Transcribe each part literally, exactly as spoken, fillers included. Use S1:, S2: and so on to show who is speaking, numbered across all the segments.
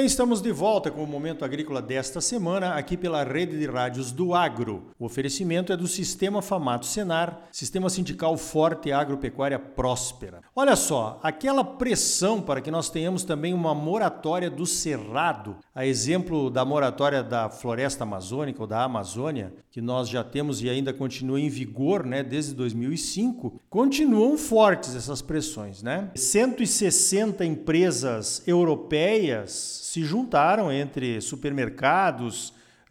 S1: bem, estamos de volta com o Momento Agrícola desta semana, aqui pela Rede de Rádios do Agro. O oferecimento é do Sistema Famato Senar, Sistema Sindical Forte e Agropecuária Próspera. Olha só, aquela pressão para que nós tenhamos também uma moratória do Cerrado, a exemplo da moratória da Floresta Amazônica ou da Amazônia, que nós já temos e ainda continua em vigor, né, desde dois mil e cinco, continuam fortes essas pressões, né? cento e sessenta empresas europeias se juntaram entre supermercados,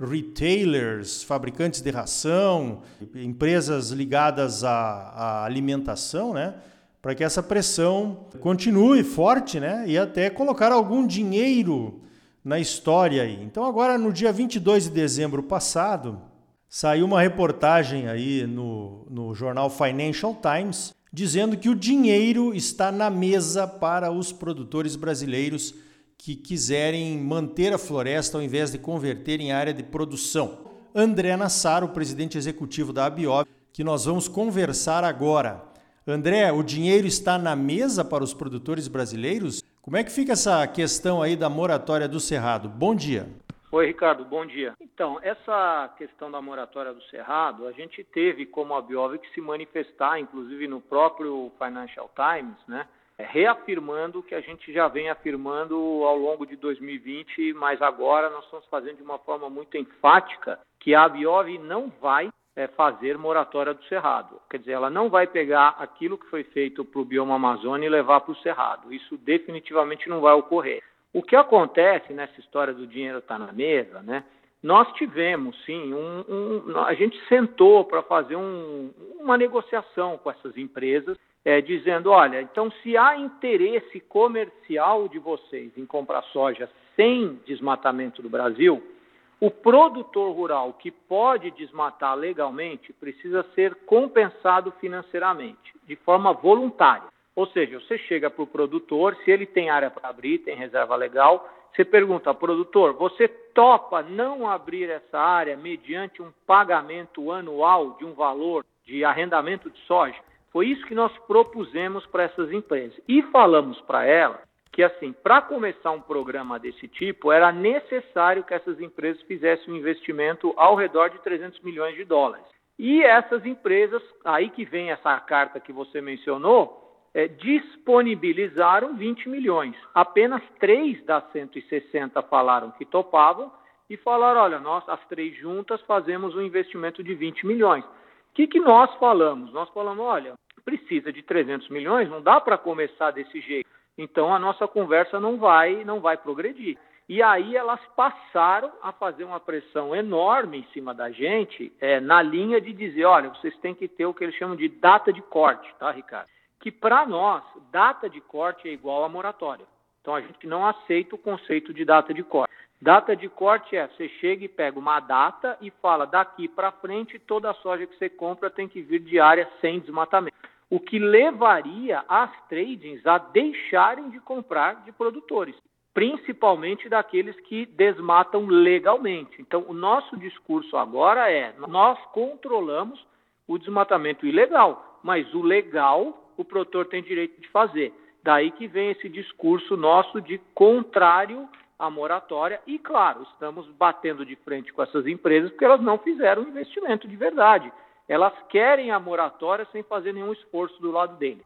S1: retailers, fabricantes de ração, empresas ligadas à, à alimentação, né? Para que essa pressão continue forte, né? E até colocar algum dinheiro na história aí. Então agora, no dia vinte e dois de dezembro passado, saiu uma reportagem aí no, no jornal Financial Times dizendo que o dinheiro está na mesa para os produtores brasileiros que quiserem manter a floresta ao invés de converter em área de produção. André Nassar, o presidente executivo da Abiov, que nós vamos conversar agora. André, o dinheiro está na mesa para os produtores brasileiros? Como é que fica essa questão aí da moratória do Cerrado? Bom dia.
S2: Oi, Ricardo, bom dia. Então, essa questão da moratória do Cerrado, a gente teve como Abiov que se manifestar, inclusive no próprio Financial Times, né? Reafirmando o que a gente já vem afirmando ao longo de dois mil e vinte, mas agora nós estamos fazendo de uma forma muito enfática que a Abiov não vai é, fazer moratória do Cerrado. Quer dizer, ela não vai pegar aquilo que foi feito para o bioma Amazônia e levar para o Cerrado. Isso definitivamente não vai ocorrer. O que acontece nessa história do dinheiro estar na mesa, né? Nós tivemos, sim, um, um, a gente sentou para fazer um, uma negociação com essas empresas, É, dizendo, olha, então se há interesse comercial de vocês em comprar soja sem desmatamento do Brasil, o produtor rural que pode desmatar legalmente precisa ser compensado financeiramente, de forma voluntária. Ou seja, você chega para o produtor, se ele tem área para abrir, tem reserva legal, você pergunta ao produtor, você topa não abrir essa área mediante um pagamento anual de um valor de arrendamento de soja? Foi isso que nós propusemos para essas empresas. E falamos para elas que, assim, para começar um programa desse tipo, era necessário que essas empresas fizessem um investimento ao redor de trezentos milhões de dólares. E essas empresas, aí que vem essa carta que você mencionou, é, disponibilizaram vinte milhões. Apenas três das cento e sessenta falaram que topavam e falaram, olha, nós, as três juntas, fazemos um investimento de vinte milhões. O que, que nós falamos? Nós falamos, olha, precisa de trezentos milhões, não dá para começar desse jeito. Então, a nossa conversa não vai, não vai progredir. E aí elas passaram a fazer uma pressão enorme em cima da gente, é, na linha de dizer, olha, vocês têm que ter o que eles chamam de data de corte, tá, Ricardo? Que para nós, data de corte é igual a moratória. Então, a gente não aceita o conceito de data de corte. Data de corte é, você chega e pega uma data e fala, daqui para frente, toda a soja que você compra tem que vir de área sem desmatamento. O que levaria as tradings a deixarem de comprar de produtores, principalmente daqueles que desmatam legalmente. Então, o nosso discurso agora é, nós controlamos o desmatamento ilegal, mas o legal o produtor tem direito de fazer. Daí que vem esse discurso nosso de contrário a moratória e, claro, estamos batendo de frente com essas empresas porque elas não fizeram um investimento de verdade. Elas querem a moratória sem fazer nenhum esforço do lado dele.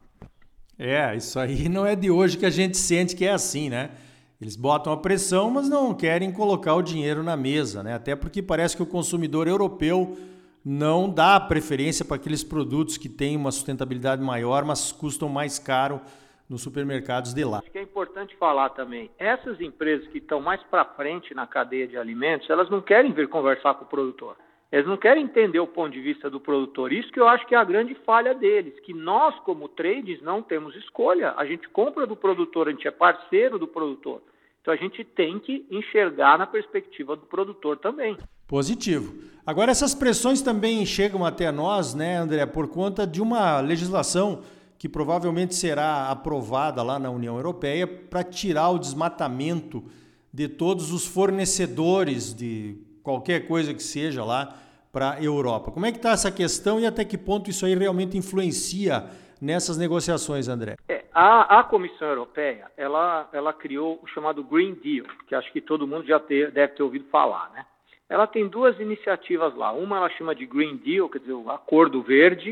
S1: É, isso aí não é de hoje que a gente sente que é assim, né? Eles botam a pressão, mas não querem colocar o dinheiro na mesa, né? Até porque parece que o consumidor europeu não dá preferência para aqueles produtos que têm uma sustentabilidade maior, mas custam mais caro nos supermercados de lá.
S2: Acho que é importante falar também, essas empresas que estão mais para frente na cadeia de alimentos, elas não querem vir conversar com o produtor. Eles não querem entender o ponto de vista do produtor. Isso que eu acho que é a grande falha deles, que nós, como trades, não temos escolha. A gente compra do produtor, a gente é parceiro do produtor. Então, a gente tem que enxergar na perspectiva do produtor também.
S1: Positivo. Agora, essas pressões também chegam até nós, né, André, por conta de uma legislação que provavelmente será aprovada lá na União Europeia para tirar o desmatamento de todos os fornecedores de qualquer coisa que seja lá para a Europa. Como é que está essa questão e até que ponto isso aí realmente influencia nessas negociações, André?
S2: É, A, a Comissão Europeia, ela, ela criou o chamado Green Deal, que acho que todo mundo já ter, deve ter ouvido falar, né? Ela tem duas iniciativas lá. Uma ela chama de Green Deal, quer dizer, o Acordo Verde,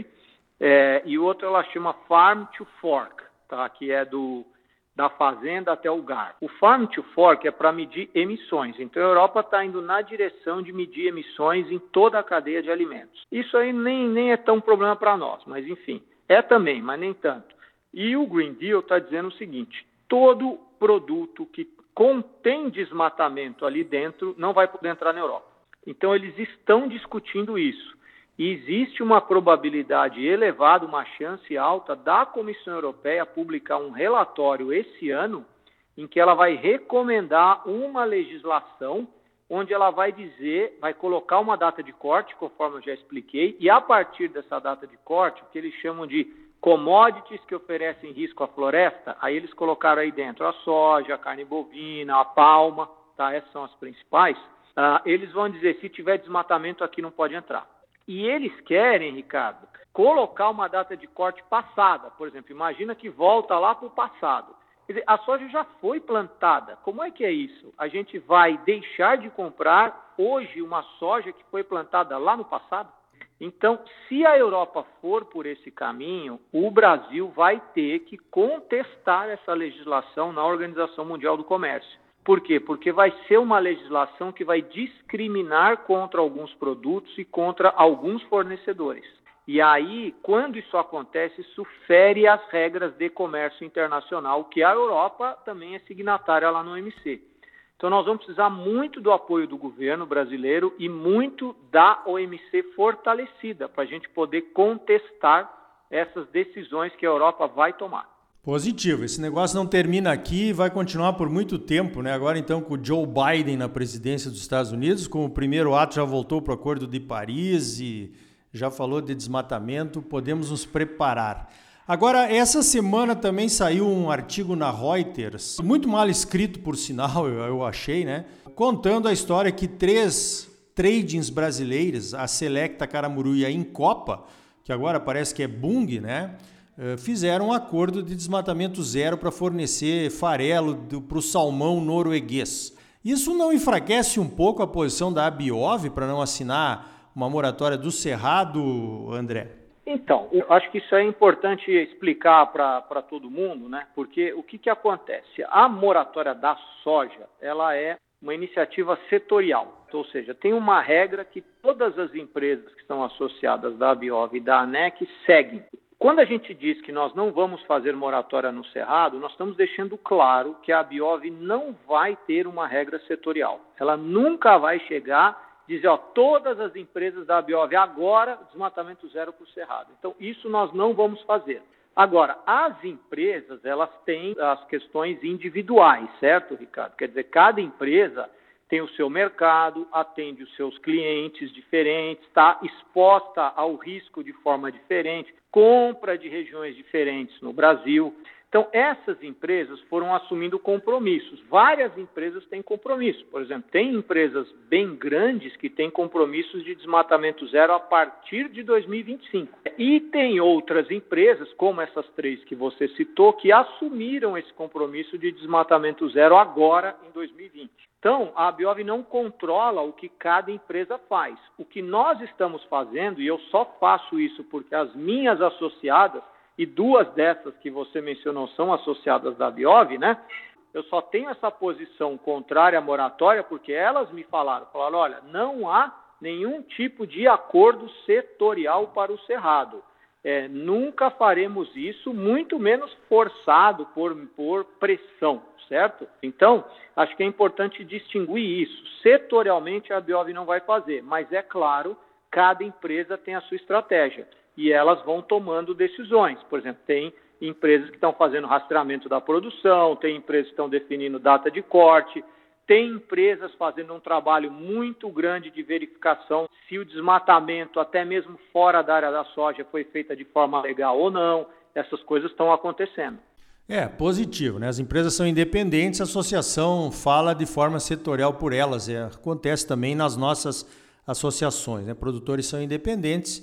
S2: é, e outra ela chama Farm to Fork, tá? Que é do, da fazenda até o garfo. O Farm to Fork é para medir emissões. Então a Europa está indo na direção de medir emissões em toda a cadeia de alimentos. Isso aí nem, nem é tão problema para nós, mas enfim, é também, mas nem tanto. E o Green Deal está dizendo o seguinte: todo produto que contém desmatamento ali dentro não vai poder entrar na Europa. Então, eles estão discutindo isso. E existe uma probabilidade elevada, uma chance alta da Comissão Europeia publicar um relatório esse ano em que ela vai recomendar uma legislação onde ela vai dizer, vai colocar uma data de corte, conforme eu já expliquei, e a partir dessa data de corte, o que eles chamam de commodities que oferecem risco à floresta, aí eles colocaram aí dentro a soja, a carne bovina, a palma, tá? Essas são as principais. Ah, eles vão dizer, se tiver desmatamento aqui não pode entrar. E eles querem, Ricardo, colocar uma data de corte passada. Por exemplo, imagina que volta lá para o passado. Quer dizer, a soja já foi plantada. Como é que é isso? A gente vai deixar de comprar hoje uma soja que foi plantada lá no passado? Então, se a Europa for por esse caminho, o Brasil vai ter que contestar essa legislação na Organização Mundial do Comércio. Por quê? Porque vai ser uma legislação que vai discriminar contra alguns produtos e contra alguns fornecedores. E aí, quando isso acontece, isso fere as regras de comércio internacional, que a Europa também é signatária lá no O M C. Então, nós vamos precisar muito do apoio do governo brasileiro e muito da O M C fortalecida para a gente poder contestar essas decisões que a Europa vai tomar.
S1: Positivo. Esse negócio não termina aqui e vai continuar por muito tempo, né? Agora, então, com o Joe Biden na presidência dos Estados Unidos, com o primeiro ato já voltou para o Acordo de Paris e já falou de desmatamento, podemos nos preparar. Agora, essa semana também saiu um artigo na Reuters, muito mal escrito, por sinal, eu, eu achei, né? Contando a história que três tradings brasileiros, a Selecta, Caramuru e a Incopa, que agora parece que é Bunge, né? Fizeram um acordo de desmatamento zero para fornecer farelo para o salmão norueguês. Isso não enfraquece um pouco a posição da Abiov para não assinar uma moratória do Cerrado, André?
S2: Então, eu acho que isso é importante explicar para todo mundo, né? Porque o que, que acontece? A moratória da soja, ela é uma iniciativa setorial, ou seja, tem uma regra que todas as empresas que estão associadas da Abiov e da ANEC seguem. Quando a gente diz que nós não vamos fazer moratória no Cerrado, nós estamos deixando claro que a Abiov não vai ter uma regra setorial. Ela nunca vai chegar dizer, ó, todas as empresas da Abiov agora, desmatamento zero para o Cerrado. Então, isso nós não vamos fazer. Agora, as empresas, elas têm as questões individuais, certo, Ricardo? Quer dizer, cada empresa tem o seu mercado, atende os seus clientes diferentes, está exposta ao risco de forma diferente, compra de regiões diferentes no Brasil. Então, essas empresas foram assumindo compromissos. Várias empresas têm compromisso. Por exemplo, tem empresas bem grandes que têm compromissos de desmatamento zero a partir de dois mil e vinte e cinco. E tem outras empresas, como essas três que você citou, que assumiram esse compromisso de desmatamento zero agora, em dois mil e vinte. Então, a Abiov não controla o que cada empresa faz. O que nós estamos fazendo, e eu só faço isso porque as minhas associadas, e duas dessas que você mencionou são associadas da Abiov, né? Eu só tenho essa posição contrária à moratória porque elas me falaram, falaram, olha, não há nenhum tipo de acordo setorial para o Cerrado. É, nunca faremos isso, muito menos forçado por, por pressão, certo? Então, acho que é importante distinguir isso. Setorialmente a Abiov não vai fazer, mas é claro, cada empresa tem a sua estratégia. E elas vão tomando decisões. Por exemplo, tem empresas que estão fazendo rastreamento da produção, tem empresas que estão definindo data de corte, tem empresas fazendo um trabalho muito grande de verificação se o desmatamento, até mesmo fora da área da soja, foi feita de forma legal ou não. Essas coisas estão acontecendo.
S1: É, positivo, né? As empresas são independentes, a associação fala de forma setorial por elas. É, acontece também nas nossas associações, né? Produtores são independentes,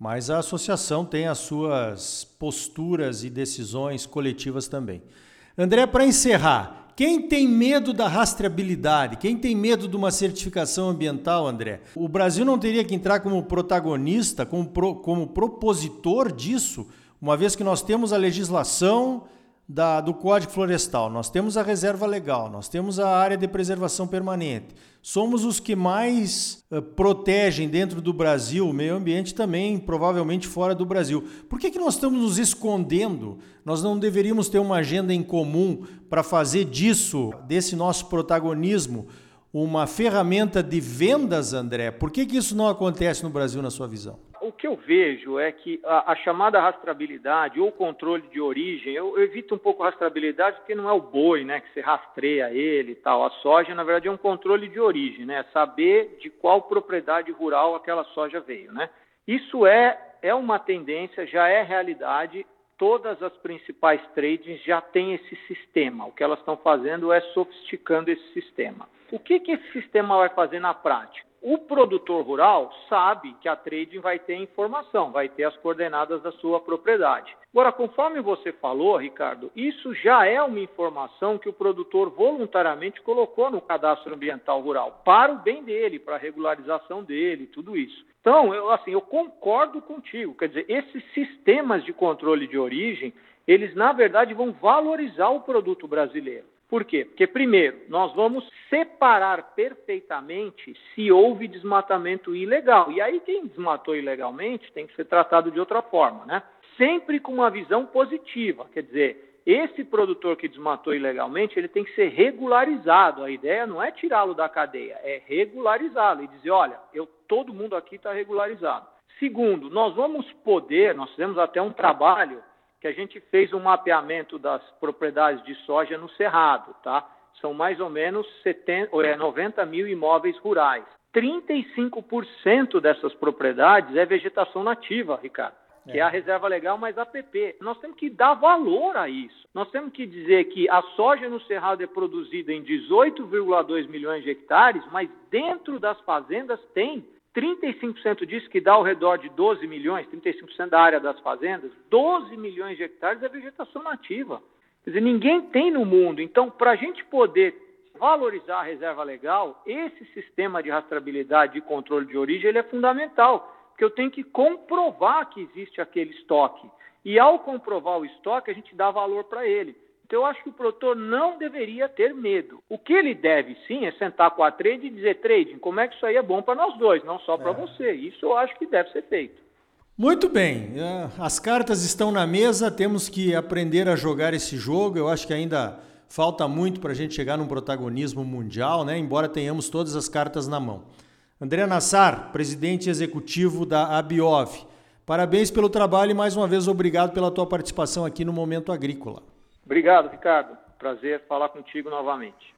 S1: mas a associação tem as suas posturas e decisões coletivas também. André, para encerrar, quem tem medo da rastreabilidade, quem tem medo de uma certificação ambiental, André? O Brasil não teria que entrar como protagonista, como, pro, como propositor disso, uma vez que nós temos a legislação da, do Código Florestal, nós temos a reserva legal, nós temos a área de preservação permanente. Somos os que mais uh, protegem dentro do Brasil o meio ambiente, também provavelmente fora do Brasil. Por que que nós estamos nos escondendo? Nós não deveríamos ter uma agenda em comum para fazer disso, desse nosso protagonismo, uma ferramenta de vendas, André? Por que que isso não acontece no Brasil, na sua visão?
S2: O que eu vejo é que a, a chamada rastreabilidade ou controle de origem, eu, eu evito um pouco a rastreabilidade porque não é o boi, né, que você rastreia ele e tal. A soja, na verdade, é um controle de origem, né, saber de qual propriedade rural aquela soja veio, né. Isso é, é uma tendência, já é realidade. Todas as principais tradings já têm esse sistema. O que elas estão fazendo é sofisticando esse sistema. O que que esse sistema vai fazer na prática? O produtor rural sabe que a trading vai ter informação, vai ter as coordenadas da sua propriedade. Agora, conforme você falou, Ricardo, isso já é uma informação que o produtor voluntariamente colocou no cadastro ambiental rural, para o bem dele, para a regularização dele, tudo isso. Então, eu, assim, eu concordo contigo, quer dizer, esses sistemas de controle de origem, eles, na verdade, vão valorizar o produto brasileiro. Por quê? Porque, primeiro, nós vamos separar perfeitamente se houve desmatamento ilegal. E aí, quem desmatou ilegalmente tem que ser tratado de outra forma, né? Sempre com uma visão positiva. Quer dizer, esse produtor que desmatou ilegalmente, ele tem que ser regularizado. A ideia não é tirá-lo da cadeia, é regularizá-lo e dizer, olha, eu, todo mundo aqui está regularizado. Segundo, nós vamos poder, nós fizemos até um trabalho que a gente fez um mapeamento das propriedades de soja no Cerrado, tá? São mais ou menos setenta, noventa mil imóveis rurais. trinta e cinco por cento dessas propriedades é vegetação nativa, Ricardo, que é, é a reserva legal mais A P P. Nós temos que dar valor a isso. Nós temos que dizer que a soja no Cerrado é produzida em dezoito vírgula dois milhões de hectares, mas dentro das fazendas tem trinta e cinco por cento disso, que dá ao redor de doze milhões, trinta e cinco por cento da área das fazendas, doze milhões de hectares é vegetação nativa. Quer dizer, ninguém tem no mundo. Então, para a gente poder valorizar a reserva legal, esse sistema de rastreabilidade e controle de origem ele é fundamental, porque eu tenho que comprovar que existe aquele estoque. E ao comprovar o estoque, a gente dá valor para ele. Então, eu acho que o produtor não deveria ter medo. O que ele deve, sim, é sentar com a trade e dizer, trading, como é que isso aí é bom para nós dois, não só para é. você. Isso eu acho que deve ser feito.
S1: Muito bem. As cartas estão na mesa, temos que aprender a jogar esse jogo. Eu acho que ainda falta muito para a gente chegar num protagonismo mundial, né? Embora tenhamos todas as cartas na mão. André Nassar, presidente executivo da Abiov. Parabéns pelo trabalho e, mais uma vez, obrigado pela tua participação aqui no Momento Agrícola.
S2: Obrigado, Ricardo. Prazer falar contigo novamente.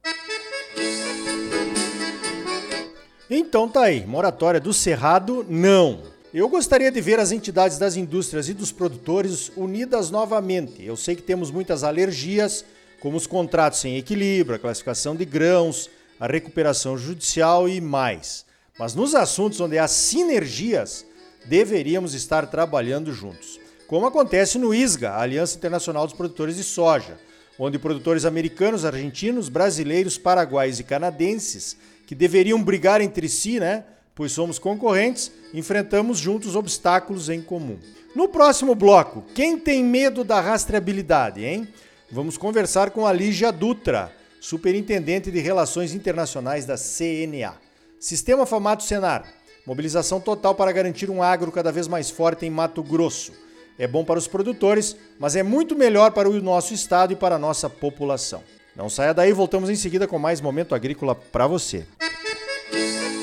S1: Então tá aí, moratória do Cerrado, não. Eu gostaria de ver as entidades das indústrias e dos produtores unidas novamente. Eu sei que temos muitas alergias, como os contratos em equilíbrio, a classificação de grãos, a recuperação judicial e mais. Mas nos assuntos onde há sinergias, deveríamos estar trabalhando juntos. Como acontece no I S G A, a Aliança Internacional dos Produtores de Soja, onde produtores americanos, argentinos, brasileiros, paraguaios e canadenses, que deveriam brigar entre si, né, pois somos concorrentes, enfrentamos juntos obstáculos em comum. No próximo bloco, quem tem medo da rastreabilidade, hein? Vamos conversar com a Lígia Dutra, superintendente de Relações Internacionais da C N A. Sistema Famato Senar, mobilização total para garantir um agro cada vez mais forte em Mato Grosso. É bom para os produtores, mas é muito melhor para o nosso estado e para a nossa população. Não saia daí, voltamos em seguida com mais Momento Agrícola para você.